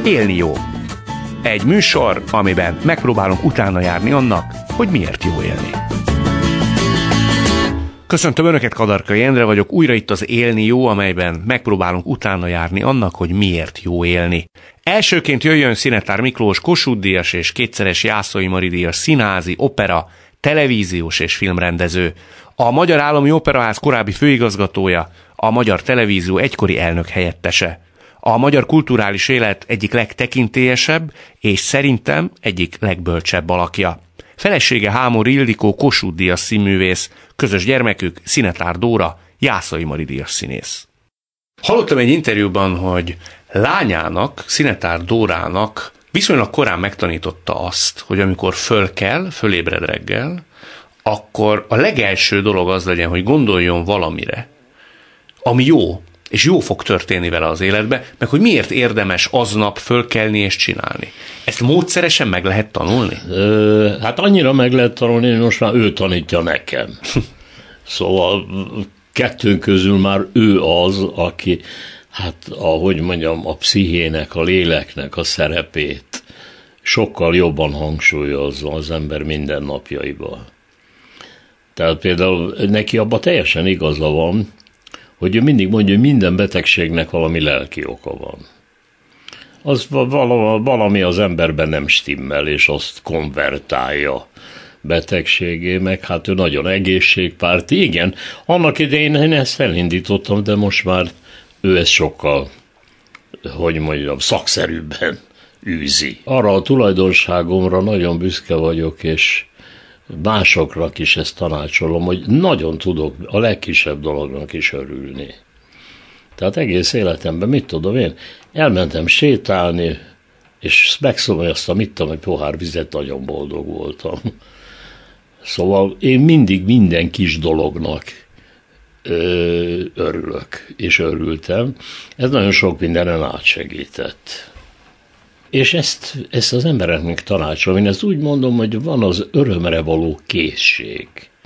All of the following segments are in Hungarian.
Élni jó. Egy műsor, amiben megpróbálunk utána járni annak, hogy miért jó élni. Köszöntöm Önöket, Kadarkai Endre vagyok, újra itt az Élni jó, amelyben megpróbálunk utána járni annak, hogy miért jó élni. Elsőként jöjjön Szinetár Miklós, Kossuth-díjas és kétszeres Jászai Mari-díjas színházi, opera, televíziós és filmrendező, a Magyar Állami Operaház korábbi főigazgatója, a Magyar Televízió egykori elnök helyettese, a magyar kulturális élet egyik legtekintélyesebb és szerintem egyik legbölcsebb alakja. Felesége Hámor Ildikó, Kossuth-díjas színművész, közös gyermekük Szinetár Dóra, Jászai Mari-díjas színész. Hallottam egy interjúban, hogy lányának, Szinetár Dórának viszonylag korán megtanította azt, hogy amikor fölébred reggel, akkor a legelső dolog az legyen, hogy gondoljon valamire, ami jó, és jó fog történni vele az életbe, meg hogy miért érdemes aznap fölkelni és csinálni. Ezt módszeresen meg lehet tanulni? Hát annyira meg lehet tanulni, hogy most már ő tanítja nekem. Szóval kettőnk közül már ő az, aki, hát ahogy mondjam, a pszichének, a léleknek a szerepét sokkal jobban hangsúlyozza az ember mindennapjaiban. Tehát például neki abban teljesen igaza van, hogy ő mindig mondja, hogy minden betegségnek valami lelki oka van. Az valami az emberben nem stimmel, és azt konvertálja betegségé, meg hát ő nagyon egészségpárti. Igen, annak idején én ezt elindítottam, de most már ő ezt sokkal, hogy mondjam, szakszerűbben űzi. Arra a tulajdonságomra nagyon büszke vagyok, és másoknak is ezt tanácsolom, hogy nagyon tudok a legkisebb dolognak is örülni. Tehát egész életemben, mit tudom én, elmentem sétálni, és megszomjaztam, ittam egy pohár vizet, nagyon boldog voltam. Szóval én mindig minden kis dolognak örülök, és örültem. Ez nagyon sok mindenen átsegített. És ezt az embereknek tanácsolom. Én ezt úgy mondom, hogy van az örömre való készség.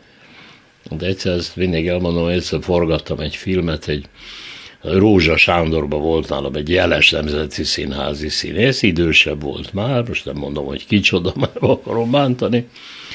De egyszer ezt mindig elmondom, hogy egyszer forgattam egy filmet, egy Rózsa Sándorban volt nálam egy jeles nemzeti színházi színész, idősebb volt már, most nem mondom, hogy kicsoda, mert akarom bántani.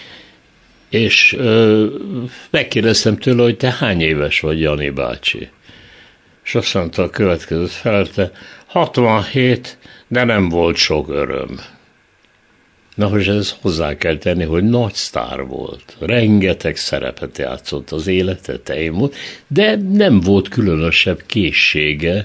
És megkérdeztem tőle, hogy te hány éves vagy, Jani bácsi? És azt mondta a következőt felelte, 67, de nem volt sok öröm. Na, hogy ez hozzá kell tenni, hogy nagy sztár volt. Rengeteg szerepet játszott az élete tején, de nem volt különösebb készsége,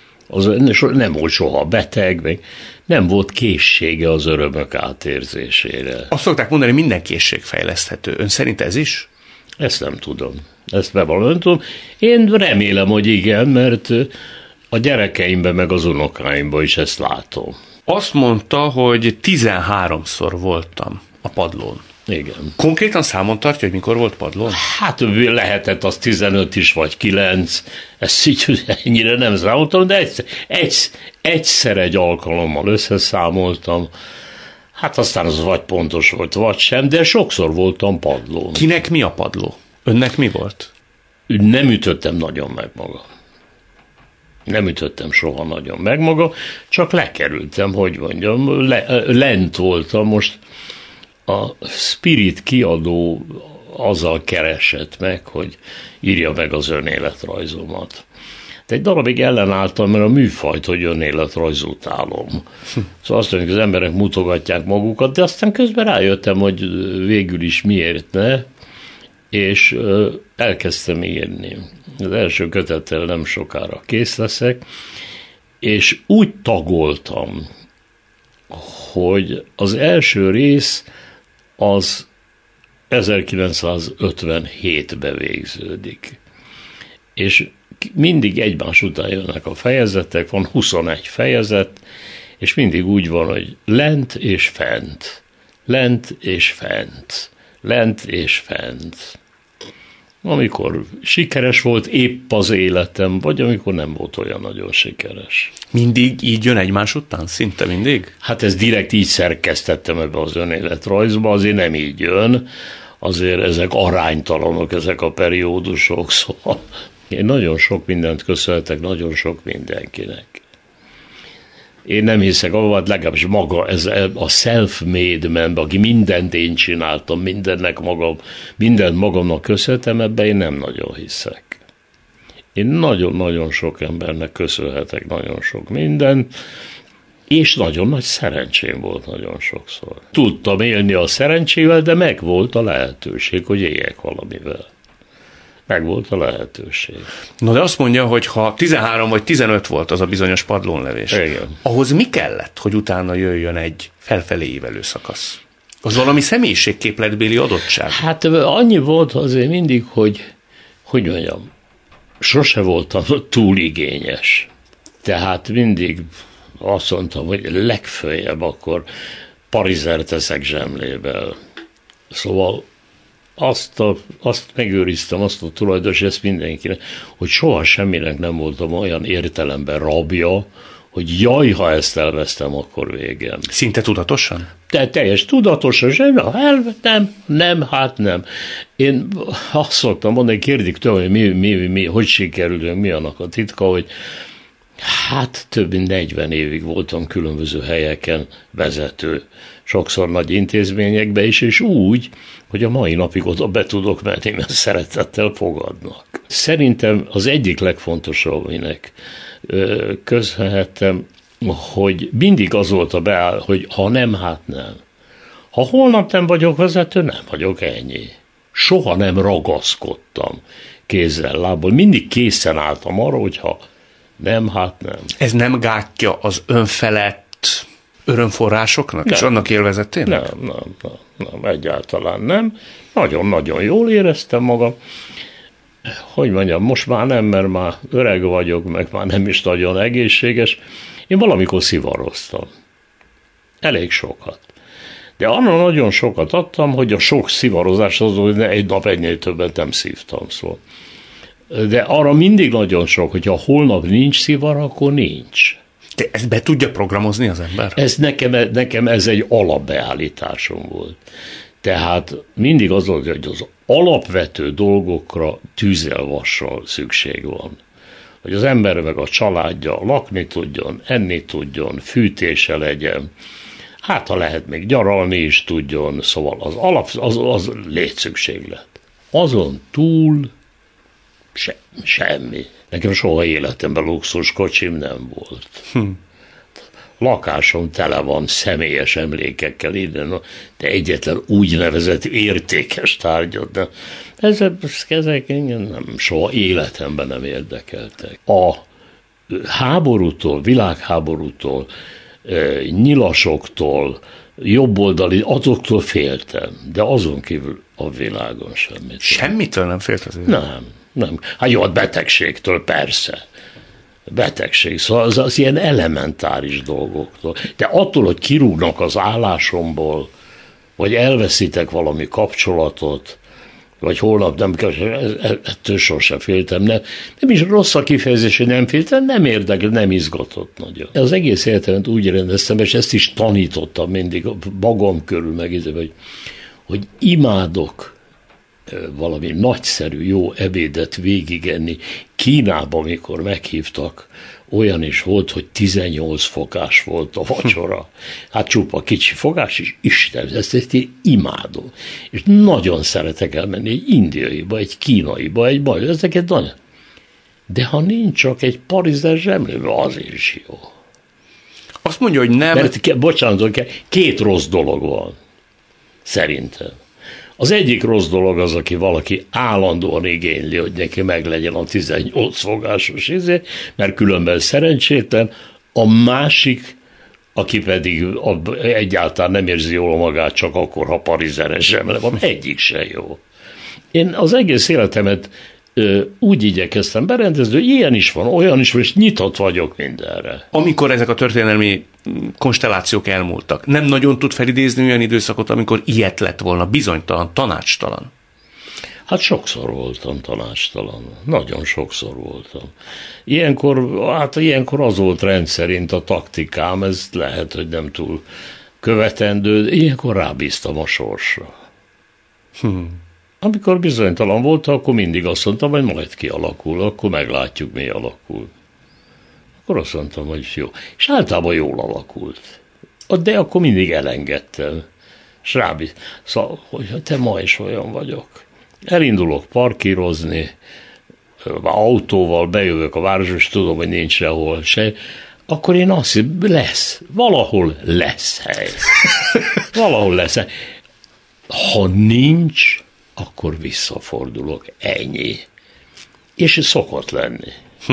nem volt soha beteg, meg nem volt készsége az örömök átérzésére. Azt szokták mondani, minden készség fejleszthető. Ön szerint ez is? Ezt nem tudom. Ezt bevallom, nem tudom. Én remélem, hogy igen, mert a gyerekeimben meg az unokáimban is ezt látom. Azt mondta, hogy 13-szor voltam a padlón. Igen. Konkrétan számon tartja, hogy mikor volt padlón? Hát lehetett az 15 is, vagy 9. Ezt így ennyire nem számoltam, de egyszer egy alkalommal összeszámoltam. Hát aztán az vagy pontos volt, vagy sem, de sokszor voltam padlón. Kinek mi a padló? Önnek mi volt? Nem ütöttem nagyon meg magam. Nem ütöttem soha nagyon meg magam, csak lekerültem, hogy mondjam, lent voltam. Most a Spirit kiadó azzal keresett meg, hogy írja meg az önéletrajzomat. De egy darabig ellenálltam, mert a műfajt, hogy önéletrajz utálom. Szóval azt mondjuk, az emberek mutogatják magukat, de aztán közben rájöttem, hogy végül is miért ne, és elkezdtem írni. Az első kötettel nem sokára kész leszek, és úgy tagoltam, hogy az első rész az 1957-ben végződik. És mindig egymás után jönnek a fejezetek, van 21 fejezet, és mindig úgy van, hogy lent és fent, lent és fent, lent és fent. Amikor sikeres volt épp az életem, vagy amikor nem volt olyan nagyon sikeres. Mindig így jön egymás után? Szinte mindig? Hát ez direkt így szerkesztettem ebbe az önéletrajzba, azért nem így jön, azért ezek aránytalanok, ezek a periódusok, szóval én nagyon sok mindent köszönhetek nagyon sok mindenkinek. Én nem hiszek abban, legalábbis maga, ez a self-made man, aki mindent én csináltam, mindent magamnak köszönhetem, ebben én nem nagyon hiszek. Én nagyon-nagyon sok embernek köszönhetek nagyon sok mindent, és nagyon nagy szerencsém volt nagyon sokszor. Tudtam élni a szerencsével, de meg volt a lehetőség, hogy éljek valamivel. Meg volt a lehetőség. No, de azt mondja, hogy ha 13 vagy 15 volt az a bizonyos padlónlevés, igen, ahhoz mi kellett, hogy utána jöjjön egy felfelé ívelő szakasz? Az valami személyiségképletbéli adottság? Hát annyi volt azért mindig, hogy mondjam, sose voltam túl igényes. Tehát mindig azt mondtam, hogy legföljebb akkor parizert teszek zsemlével. Szóval azt megőriztem, azt a tulajdonos, ezt mindenkinek, hogy soha semminek nem voltam olyan értelemben rabja, hogy jaj, ha ezt elvesztem, akkor végem. Szinte tudatosan? De teljes tudatosan, nem. Én azt szoktam mondani, kérdik tőle, hogy hogy sikerül, mi annak a titka, hogy hát több mint 40 évig voltam különböző helyeken vezető, sokszor nagy intézményekbe is, és úgy, hogy a mai napig oda be tudok menni, mert szeretettel fogadnak. Szerintem az egyik legfontosabb, aminek köszönhettem, hogy mindig az volt a beáll, hogy ha nem, hát nem. Ha holnap nem vagyok vezető, nem vagyok, ennyi. Soha nem ragaszkodtam kézzel, lábbal. Mindig készen álltam arra, hogy ha nem, hát nem. Ez nem gátja az önfelett örömforrásoknak nem. És annak élvezetének? Nem, egyáltalán nem. Nagyon-nagyon jól éreztem magam. Hogy mondjam, most már nem, mert már öreg vagyok, meg már nem is nagyon egészséges. Én valamikor szivaroztam. Elég sokat. De annak nagyon sokat adtam, hogy a sok szivarozás az, hogy egy nap egynél többet nem szívtam. Szóval. De arra mindig nagyon sok, hogyha holnap nincs szivar, akkor nincs. De ezt be tudja programozni az ember? Ez nekem ez egy alapbeállításom volt. Tehát mindig az volt, hogy az alapvető dolgokra tűzzel-vassal szükség van. Hogy az ember meg a családja lakni tudjon, enni tudjon, fűtése legyen, hát ha lehet még nyaralni is tudjon, szóval az alap, az létszükséglet. Azon túl semmi. Nekem soha életemben luxus kocsim nem volt. Lakásom tele van személyes emlékekkel innen, de egyetlen úgynevezett értékes tárgyat, de ezek engem soha életemben nem érdekeltek. A háborútól, világháborútól, nyilasoktól, jobboldali, azoktól féltem, de azon kívül a világon semmit. Semmitől nem félt az Nem. Hát jó, a betegségtől persze. Betegség, szóval az ilyen elementáris dolgoktól. De attól, hogy kirúgnak az állásomból, vagy elveszítek valami kapcsolatot, vagy holnap nem kell, ettől sosem féltem. Nem is rossz a kifejezés, hogy nem féltem, nem érdekel, nem izgatott nagyon. Az egész életemet úgy rendeztem, és ezt is tanítottam mindig magam körül meg, hogy imádok valami nagyszerű, jó ebédet végigenni. Kínában, amikor meghívtak, olyan is volt, hogy 18 fokás volt a vacsora. Hát csupa kicsi fogás is, Isten, ezt én imádom. És nagyon szeretek elmenni egy indiaiba, egy kínaiba, egy baj, ezeket nagyon. De ha nincs csak egy parizer zsemlébe, az is jó. Azt mondja, hogy nem. Mert, bocsánat, két rossz dolog van. Szerintem. Az egyik rossz dolog az, aki valaki állandóan igényli, hogy neki meglegyen a 18 fogásos mert különben szerencsétlen. A másik, aki pedig egyáltalán nem érzi jól magát, csak akkor, ha parizeres zsemle van, egyik se jó. Én az egész életemet úgy igyekeztem berendezni, hogy ilyen is van, olyan is van, és nyitott vagyok mindenre. Amikor ezek a történelmi konstellációk elmúltak, nem nagyon tud felidézni olyan időszakot, amikor ilyet lett volna, bizonytalan, tanácstalan? Hát sokszor voltam tanácstalan, nagyon sokszor voltam. Ilyenkor az volt rendszerint a taktikám, ez lehet, hogy nem túl követendő, de ilyenkor rábíztam a sorsra. Amikor bizonytalan volt, akkor mindig azt mondtam, hogy majd kialakul, akkor meglátjuk, mi alakul. Akkor azt mondtam, hogy jó. És általában jól alakult. De akkor mindig elengedtem. És szóval, hogy te ma is olyan vagyok. Elindulok parkírozni, autóval bejövök a városba, és tudom, hogy nincs sehol se. Akkor én azt hiszem, valahol lesz hely. Valahol lesz hely. Ha nincs, akkor visszafordulok. Ennyi. És szokott lenni.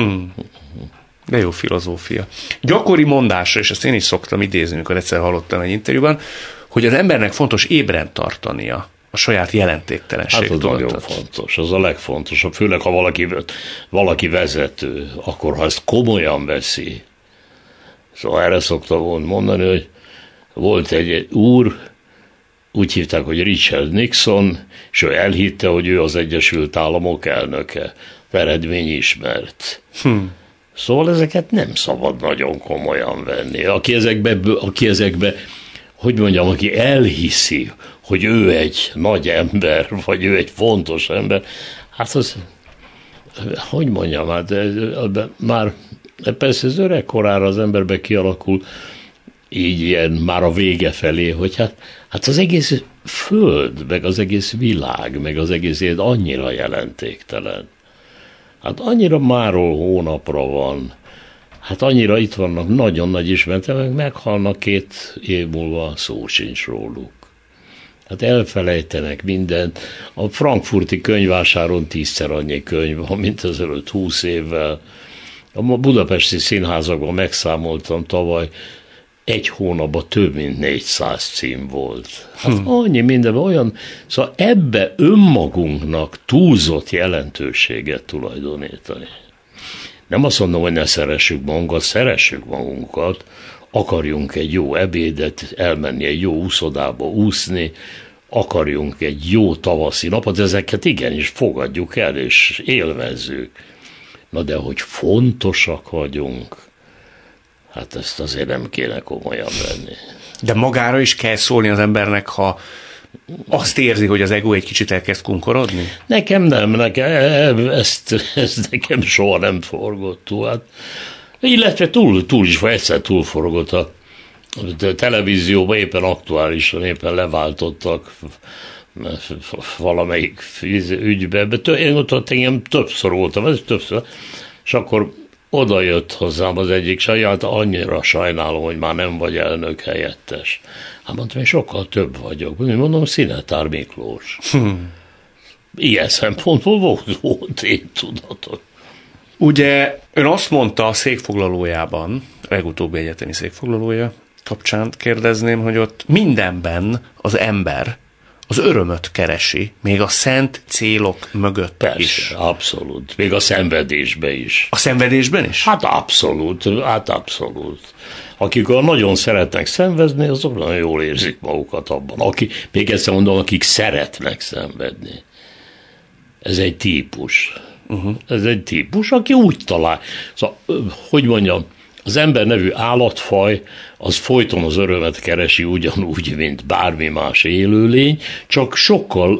De jó filozófia. Gyakori mondásra, és ezt én is szoktam idézni, amikor egyszer hallottam egy interjúban, hogy az embernek fontos ébren tartania a saját jelentéktelenség tudatot. Hát az nagyon fontos, az a legfontosabb, főleg ha valaki vezető, akkor ha ezt komolyan veszi. Szóval erre szoktam mondani, hogy volt egy úr, úgy hívták, hogy Richard Nixon, és ő elhitte, hogy ő az Egyesült Államok elnöke. Eredmény ismert. Szóval ezeket nem szabad nagyon komolyan venni. Aki ezekbe, hogy mondjam, aki elhiszi, hogy ő egy nagy ember, vagy ő egy fontos ember, hát az, hogy mondjam, hát már persze az öreg korára az emberbe kialakul így ilyen már a vége felé, hogy hát az egész föld, meg az egész világ, meg az egész élet annyira jelentéktelen. Hát annyira máról hónapra van, hát annyira itt vannak nagyon nagy ismertek, meghalnak 2 év múlva, szó sincs róluk. Hát elfelejtenek mindent. A frankfurti könyvvásáron 10-szer annyi könyv van, mint ezelőtt 20 évvel. A budapesti színházakban megszámoltam tavaly, egy hónapban több mint 400 cím volt. Hát annyi mindenben olyan, szóval ebbe önmagunknak túlzott jelentőséget tulajdonítani. Nem azt mondom, hogy ne szeressük magunkat, szeressük magunkat, akarjunk egy jó ebédet, elmenni egy jó úszodába úszni, akarjunk egy jó tavaszi napot, ezeket igenis fogadjuk el, és élvezzük. Na de hogy fontosak vagyunk, hát ezt azért nem kéne komolyan venni. De magára is kell szólni az embernek, ha azt érzi, hogy az ego egy kicsit elkezd kunkorodni? Nekem nem, ez nekem soha nem forgott túl. Hát, illetve túl is, vagy egyszer túlforgott a televízióban, éppen aktuálisan, éppen leváltottak valamelyik ügybe. Én ott engem többször voltam, és akkor oda jött hozzám az egyik saját, annyira sajnálom, hogy már nem vagy elnök helyettes. Hát mondtam, én sokkal több vagyok. Mondom, Szinetár Miklós. Ilyen szempontból volt én tudatos. Ugye ön azt mondta a székfoglalójában, a legutóbbi egyetemi székfoglalója kapcsán kérdezném, hogy ott mindenben az ember az örömöt keresi, még a szent célok mögött persze, is. Abszolút. Még a szenvedésben is. A szenvedésben is? Hát abszolút. Akik nagyon szeretnek szenvedni, azok nagyon jól érzik magukat abban. Még egyszer mondom, akik szeretnek szenvedni. Ez egy típus. Ez egy típus, aki úgy talál. Szóval, hogy mondjam, az ember nevű állatfaj, az folyton az örömet keresi ugyanúgy, mint bármi más élőlény, csak sokkal,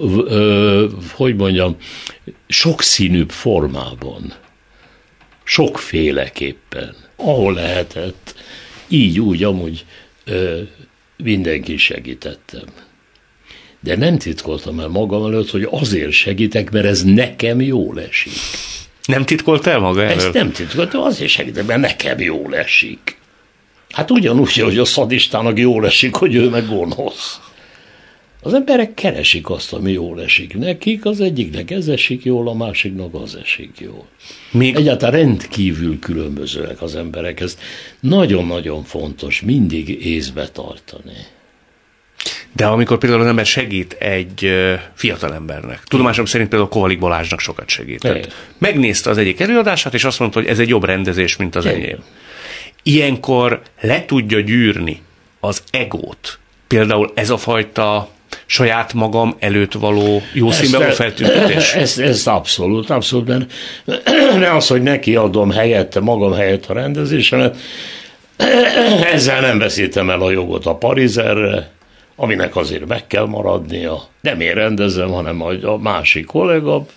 sokszínűbb formában. Sokféleképpen. Ahol lehetett, így, úgy, amúgy mindenki segítettem. De nem titkoltam el magam előtt, hogy azért segítek, mert ez nekem jól esik. Nem titkolt el maga elől? Ezt nem titkoltam, azért segítek, mert nekem jól esik. Hát ugyanúgy, hogy a szadistának jól esik, hogy ő meg gonosz. Az emberek keresik azt, ami jól esik nekik, az egyiknek ez esik jól, a másiknak az esik jól. Egyáltalán rendkívül különbözőek az emberek, ez nagyon-nagyon fontos mindig észbe tartani. De amikor például az ember segít egy fiatal embernek, tudomásom szerint például Kovalik Balázsnak sokat segített. Megnézte az egyik előadását, és azt mondta, hogy ez egy jobb rendezés, mint az enyém. Ilyenkor le tudja gyűrni az egót. Például ez a fajta saját magam előtt való jó színben való feltüntetés. Ez abszolút, mert ne az, hogy neki adom helyette, magam helyett a rendezésemet, ezzel nem veszítem el a jogot a Parizerre, aminek azért meg kell maradnia. Nem én rendezem, hanem a másik kollega,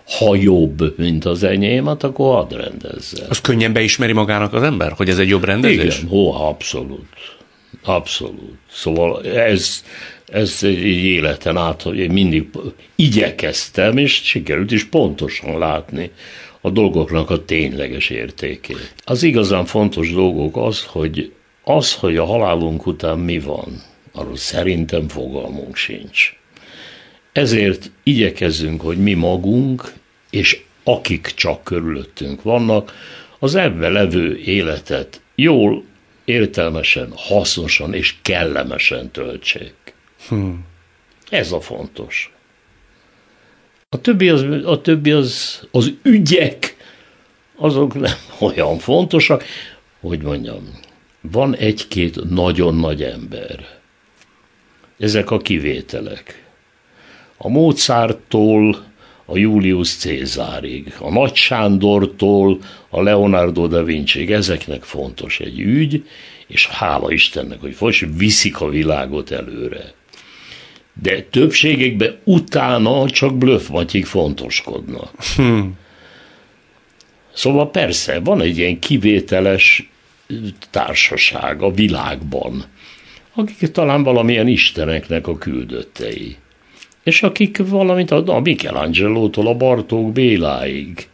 ha jobb, mint az enyém, hát akkor hadd rendezze. Az könnyen beismeri magának az ember, hogy ez egy jobb rendezés? Igen, abszolút. Abszolút. Szóval ez egy életen át, hogy én mindig igyekeztem, és sikerült is pontosan látni a dolgoknak a tényleges értékét. Az igazán fontos dolgok az, hogy a halálunk után mi van, arról szerintem fogalmunk sincs. Ezért igyekezzünk, hogy mi magunk, és akik csak körülöttünk vannak, az ebben levő életet jól, értelmesen, hasznosan és kellemesen töltsék. Ez a fontos. A többi az ügyek, azok nem olyan fontosak, hogy mondjam, van egy-két nagyon nagy ember. Ezek a kivételek. A Mozarttól a Julius Cézárig, a Nagy Sándortól a Leonardo da Vinciig, ezeknek fontos egy ügy, és hála Istennek, hogy most viszik a világot előre. De többségekben utána csak blöffmatyik fontoskodnak. Szóval persze, van egy ilyen kivételes társaság a világban, akik talán valamilyen isteneknek a küldöttei. És akik valamint a Michelangelo-tól a Bartók Béláig.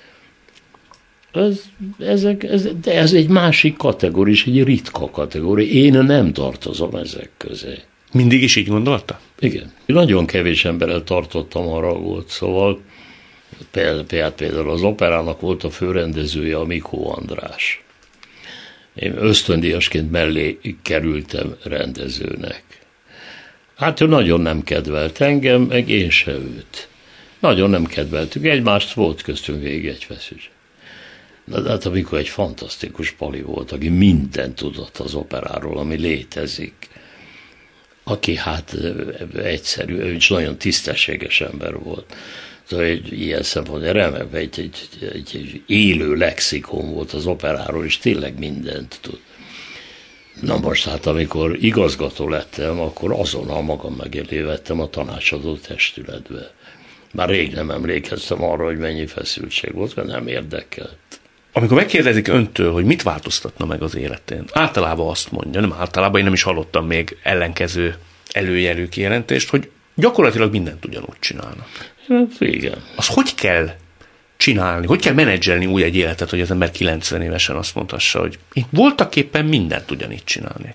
Ez egy másik kategória, és egy ritka kategória. Én nem tartozom ezek közé. Mindig is így gondolta? Igen. Nagyon kevés emberrel tartottam a ragot, szóval például az operának volt a főrendezője, a Mikó András. Én ösztöndíjasként mellé kerültem rendezőnek. Hát ő nagyon nem kedvelt engem, meg én se őt. Nagyon nem kedveltük egymást, volt köztünk végig egy feszültség. De hát amikor egy fantasztikus pali volt, aki mindent tudott az operáról, ami létezik, aki hát egyszerű, ő is nagyon tisztességes ember volt. Szóval egy ilyen szempontból remek, egy élő lexikon volt az operáról, és tényleg mindent tud. Na most hát, amikor igazgató lettem, akkor azonnal magam megélé vettem a tanácsadó testületbe. Már rég nem emlékeztem arra, hogy mennyi feszültség volt, mert nem érdekelt. Amikor megkérdezik öntől, hogy mit változtatna meg az életén, általában azt mondja, nem általában, én nem is hallottam még ellenkező előjelű kijelentést, hogy gyakorlatilag mindent ugyanúgy csinálnak. Igen. Az hogy kell csinálni, hogy kell menedzselni úgy egy életet, hogy az ember 90 évesen azt mondhassa, hogy én voltaképpen mindent ugyanígy csinálnék?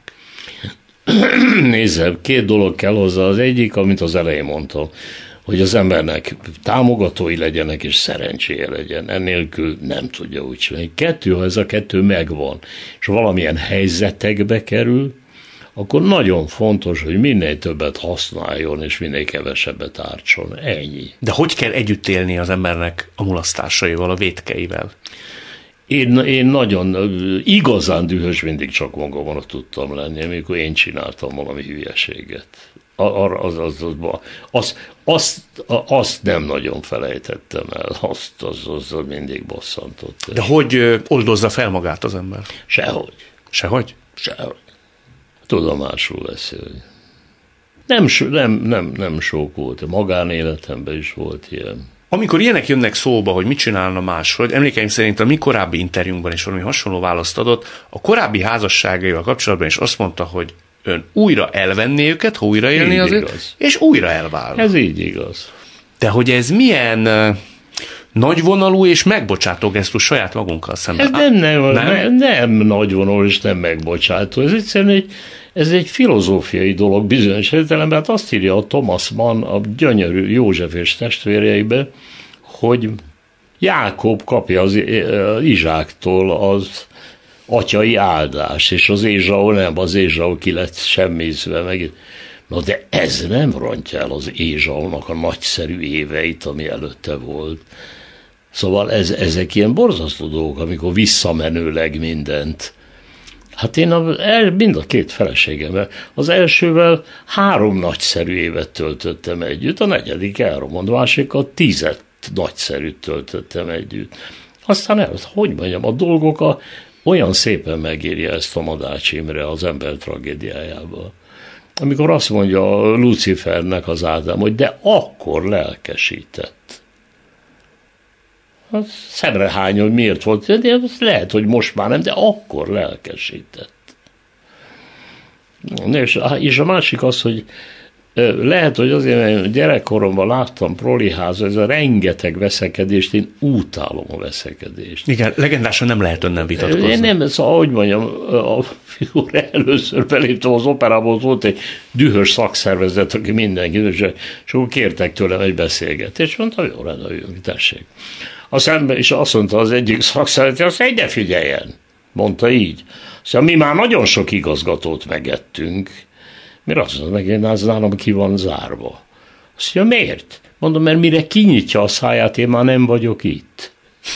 Nézd, két dolog kell hozzá. Az egyik, amit az elején mondtam, hogy az embernek támogatói legyenek és szerencséje legyen. Ennélkül nem tudja úgy csinálni. Ha ez a kettő megvan, és valamilyen helyzetekbe kerül, akkor nagyon fontos, hogy minél többet használjon, és minél kevesebbet ártson. Ennyi. De hogy kell együtt élni az embernek a mulasztásaival, a vétkeivel? Én nagyon igazán mindig csak magamra tudtam lenni, amikor én csináltam valami hülyeséget. Azt nem nagyon felejtettem el, az mindig bosszantott. De hogy oldozza fel magát az ember? Sehogy. Sehogy? Sehogy. Tudomásul veszi, hogy nem sok volt, magánéletemben is volt ilyen. Amikor ilyenek jönnek szóba, hogy mit csinálna máshogy, emlékeim szerint a mi korábbi interjúnkban is valami hasonló választ adott, a korábbi házasságaival kapcsolatban is azt mondta, hogy ön újra elvenné őket, ha újra élné azért, és újra elválna. Ez így igaz. De hogy ez milyen nagyvonalú és megbocsátó gesztus saját magunkkal szemben. Ez nem nagyvonalú és nem megbocsátó. Ez egyszerűen egy filozófiai dolog bizonyos értelemben. Hát azt írja a Thomas Mann a gyönyörű József és testvérjeibe, hogy Jákob kapja az Izsáktól az atyai áldást, és az Ézsau ki lett semmizve meg. Na de ez nem rontja el az Ézsaunak a nagyszerű éveit, ami előtte volt. Szóval ezek ilyen borzasztó dolgok, amikor visszamenőleg mindent. Hát én mind a két feleségemmel, az elsővel 3 nagyszerű évet töltöttem együtt, a 4. elromond, másikkal 10 nagyszerűt töltöttem együtt. Aztán hogy mondjam, a dolgok olyan szépen megírja ezt a Madács Imre az Ember tragédiájában. Amikor azt mondja Lucifernek az Ádám, hogy de akkor lelkesített. Szemrehány, hogy miért volt, de lehet, hogy most már nem, de akkor lelkesített. És a másik az, hogy lehet, hogy azért, mert gyerekkoromban láttam proliházat, ez a rengeteg veszekedést, én utálom a veszekedést. Igen, legendásan nem lehet önnen vitatkozni. Én nem, szóval, ahogy mondjam, a figura először beléptem az operából, volt egy dühös szakszervezet, aki mindenki, és akkor kértek tőlem egy beszélgetést, mondtam, jó, rendben, üljünk, tessék. És azt mondta az egyik szakszervezet, azt ide figyeljen, mondta így. Szóval mi már nagyon sok igazgatót megettünk, mert azt mondta meg, én az nálam ki van zárva. Azt mondja, miért? Mondom, mert mire kinyitja a száját, én már nem vagyok itt.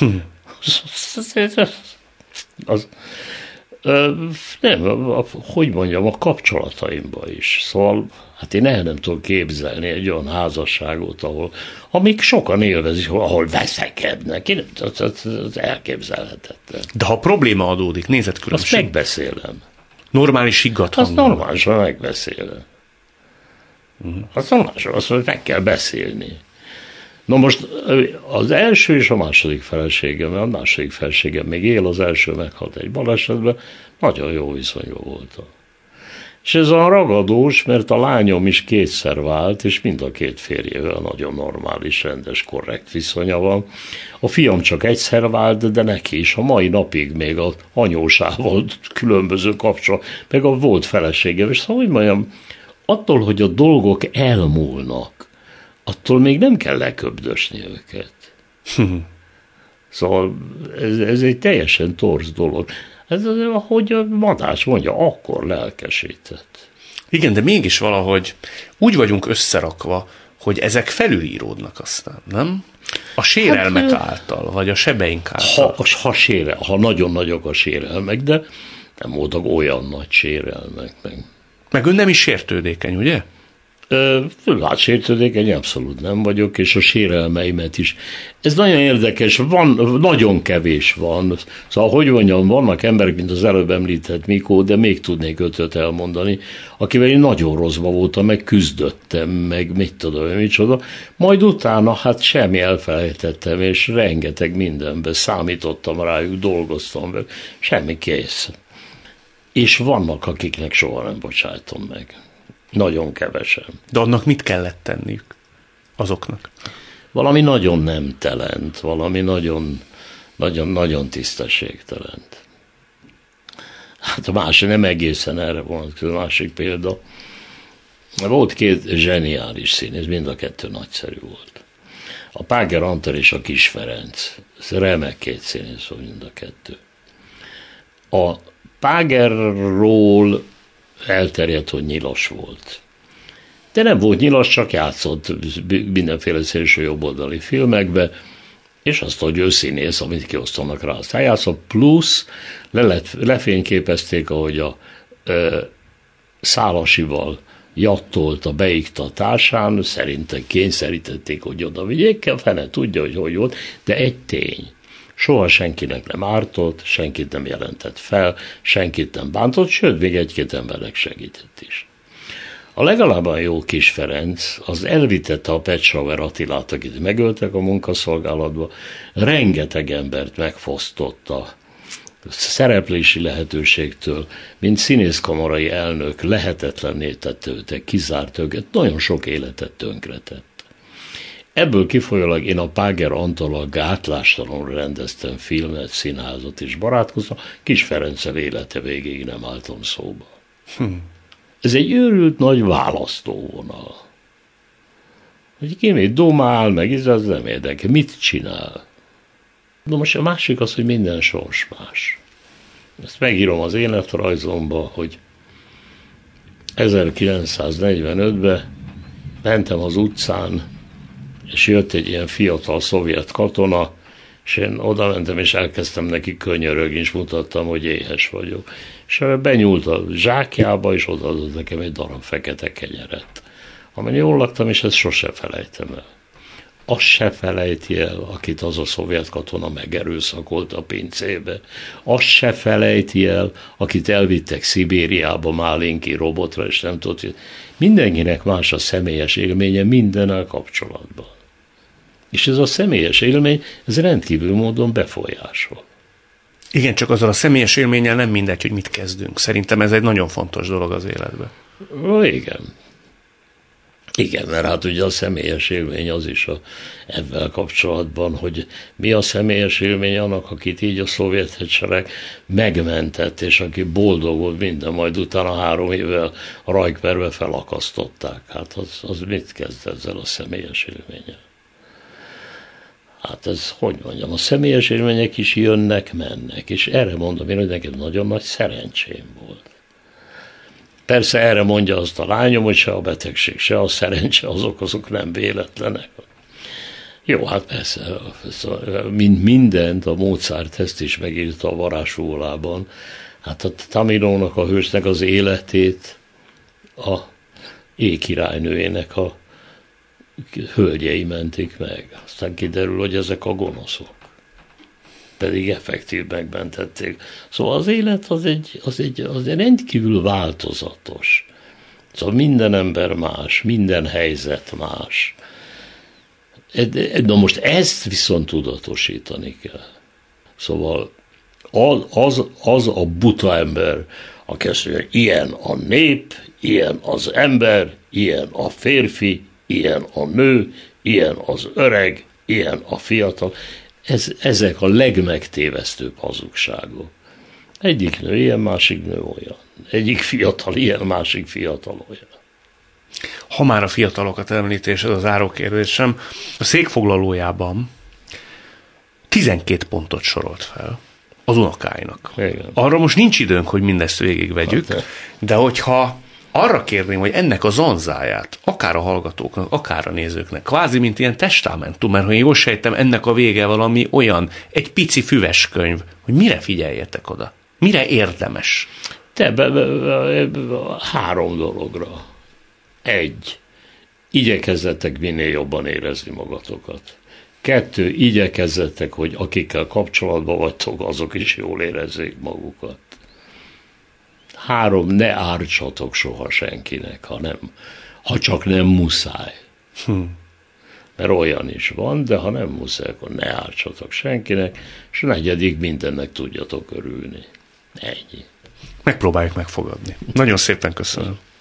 Nem, hogy mondjam, a kapcsolataimban is. Szóval, hát én el nem tudok képzelni egy olyan házasságot, amik sokan élvezik, ahol veszekednek. Én nem tudom, az elképzelhetetlen. De ha probléma adódik, nézetkülönbség. Azt megbeszélem. Normális higgadt Azt normálisan megbeszélem. Azt normálisan, azt mondja, meg kell beszélni. Na most az első és a második feleségem, mert a második feleségem még él, az első meghalt egy balesetben, nagyon jó viszonyban voltam. És ez olyan ragadós, mert a lányom is kétszer vált, és mind a két férjével nagyon normális, rendes, korrekt viszonya van. A fiam csak egyszer vált, de neki is a mai napig még az anyósával különböző kapcsolat, meg a volt felesége. És szóval, hogy mondjam, attól, hogy a dolgok elmúlnak, attól még nem kell leköbdösni őket. Szóval ez egy teljesen torz dolog. Ez az, ahogy a Madách mondja, akkor lelkesített. Igen, de mégis valahogy úgy vagyunk összerakva, hogy ezek felülíródnak aztán, nem? A sérelmek által, vagy a sebeink által. Ha nagyon nagyok a sérelmek, de nem voltak olyan nagy sérelmek. Meg ön nem is sértődékeny, ugye? Hát sértődékeny abszolút nem vagyok, és a sérelmeimet is. Ez nagyon érdekes, nagyon kevés van. Szóval, hogy mondjam, vannak emberek, mint az előbb említett Mikó, de még tudnék ötöt elmondani, akivel én nagyon rosszba voltam, meg küzdöttem, meg mit tudom, micsoda. Majd utána hát semmi elfelejtettem, és rengeteg mindenbe számítottam rájuk, dolgoztam vele, semmi kész. És vannak, akiknek soha nem bocsájtom meg. Nagyon kevesen. De annak mit kellett tenniük? Azoknak? Valami nagyon nemtelent, valami nagyon tisztességtelent. Hát a másik nem egészen erre vonatkozó, másik példa. Volt két zseniális színész, mind a kettő nagyszerű volt. A Páger Antal és a Kis Ferenc. Ez remek két színész volt mind a kettő. A Págerról elterjedt, hogy nyilas volt. De nem volt nyilas, csak játszott mindenféle szélső jobboldali filmekbe, és azt, hogy ő színész, amit kiosztanak rá, azt eljátszott, plusz lefényképezték, ahogy a Szálasival jattolt a beiktatásán, szerintem kényszerítették, hogy oda vigyék, fene tudja, hogy volt, de egy tény. Soha senkinek nem ártott, senkit nem jelentett fel, senkit nem bántott, sőt, még egy-két embernek segített is. A legalább a jó Kis Ferenc, az elvitette a Pecsauer Attilát, akit megöltek a munkaszolgálatba, rengeteg embert megfosztott a szereplési lehetőségtől, mint színészkamarai elnök lehetetlenné tette őket, kizárt őket, nagyon sok életet tönkretett. Ebből kifolyólag én a Páger Antallal gátlástalanul rendeztem filmet, színházat és barátkoztam, Kis Ferenccel élete végéig nem álltam szóba. Ez egy őrült nagy választóvonal. Hogy ki még domál, meg ez nem érdekel. Mit csinál? De most a másik az, hogy minden sors más. Ezt megírom az életrajzomba, hogy 1945-ben mentem az utcán, és jött egy ilyen fiatal szovjet katona, és én oda mentem, és elkezdtem neki könyörögni, és mutattam, hogy éhes vagyok. És benyúlt a zsákjába, és odaadott nekem egy darab fekete kenyeret. Amelyen jól laktam, és ezt sose felejtem el. Azt se felejti el, akit az a szovjet katona megerőszakolt a pincébe. Azt se felejti el, akit elvittek Szibériába Málinki robotra, és nem tudott. Mindenkinek más a személyes élménye mindennel kapcsolatban. És ez a személyes élmény, ez rendkívül módon befolyásol. Igen, csak azzal a személyes élménnyel nem mindegy, hogy mit kezdünk. Szerintem ez egy nagyon fontos dolog az életben. Igen. Igen, mert hát ugye a személyes élmény az is ebben kapcsolatban, hogy mi a személyes élmény annak, akit így a szovjet hadsereg megmentett, és aki boldog volt minden, majd utána 3 évvel a Rajkperbe felakasztották. Hát az mit kezd ezzel a személyes élménnyel? Hát ez, hogy mondjam, a személyes élmények is jönnek, mennek, és erre mondom én, hogy nekem nagyon nagy szerencsém volt. Persze erre mondja azt a lányom, hogy se a betegség, se a szerencse, azok nem véletlenek. Jó, hát persze, mint mindent, a Mozart ezt is megírta a varázsólában. Hát a Tamilónak, a hősnek az életét a éjkirálynőjének a hölgyei mentik meg. Aztán kiderül, hogy ezek a gonoszok. Pedig effektív megmentették. Szóval az élet az egy rendkívül változatos. Szóval minden ember más, minden helyzet más. Na most ezt viszont tudatosítani kell. Szóval az a buta ember, aki azt mondja, ilyen a nép, ilyen az ember, ilyen a férfi, ilyen a nő, ilyen az öreg, ilyen a fiatal. Ezek a legmegtévesztőbb hazugságok. Egyik nő ilyen, másik nő olyan. Egyik fiatal ilyen, másik fiatal olyan. Ha már a fiatalokat említés, ez az zárókérdésem, a székfoglalójában 12 pontot sorolt fel az unokáinak. Igen. Arra most nincs időnk, hogy mindezt végigvegyük, de hogyha arra kérném, hogy ennek a zanzáját, akár a hallgatóknak, akár a nézőknek, kvázi mint ilyen testamentum, mert ha én jól sejtem, ennek a vége valami olyan, egy pici füves könyv, hogy mire figyeljetek oda, mire érdemes. 3 dologra. 1. Igyekezzetek minél jobban érezni magatokat. 2. Igyekezzetek, hogy akikkel kapcsolatban vagytok, azok is jól érezzék magukat. 3. Ne ártsatok soha senkinek, ha csak nem muszáj. Mert olyan is van, de ha nem muszáj, akkor ne ártsatok senkinek, és 4. mindennek tudjatok örülni. Ennyi. Megpróbáljuk megfogadni. Nagyon szépen köszönöm.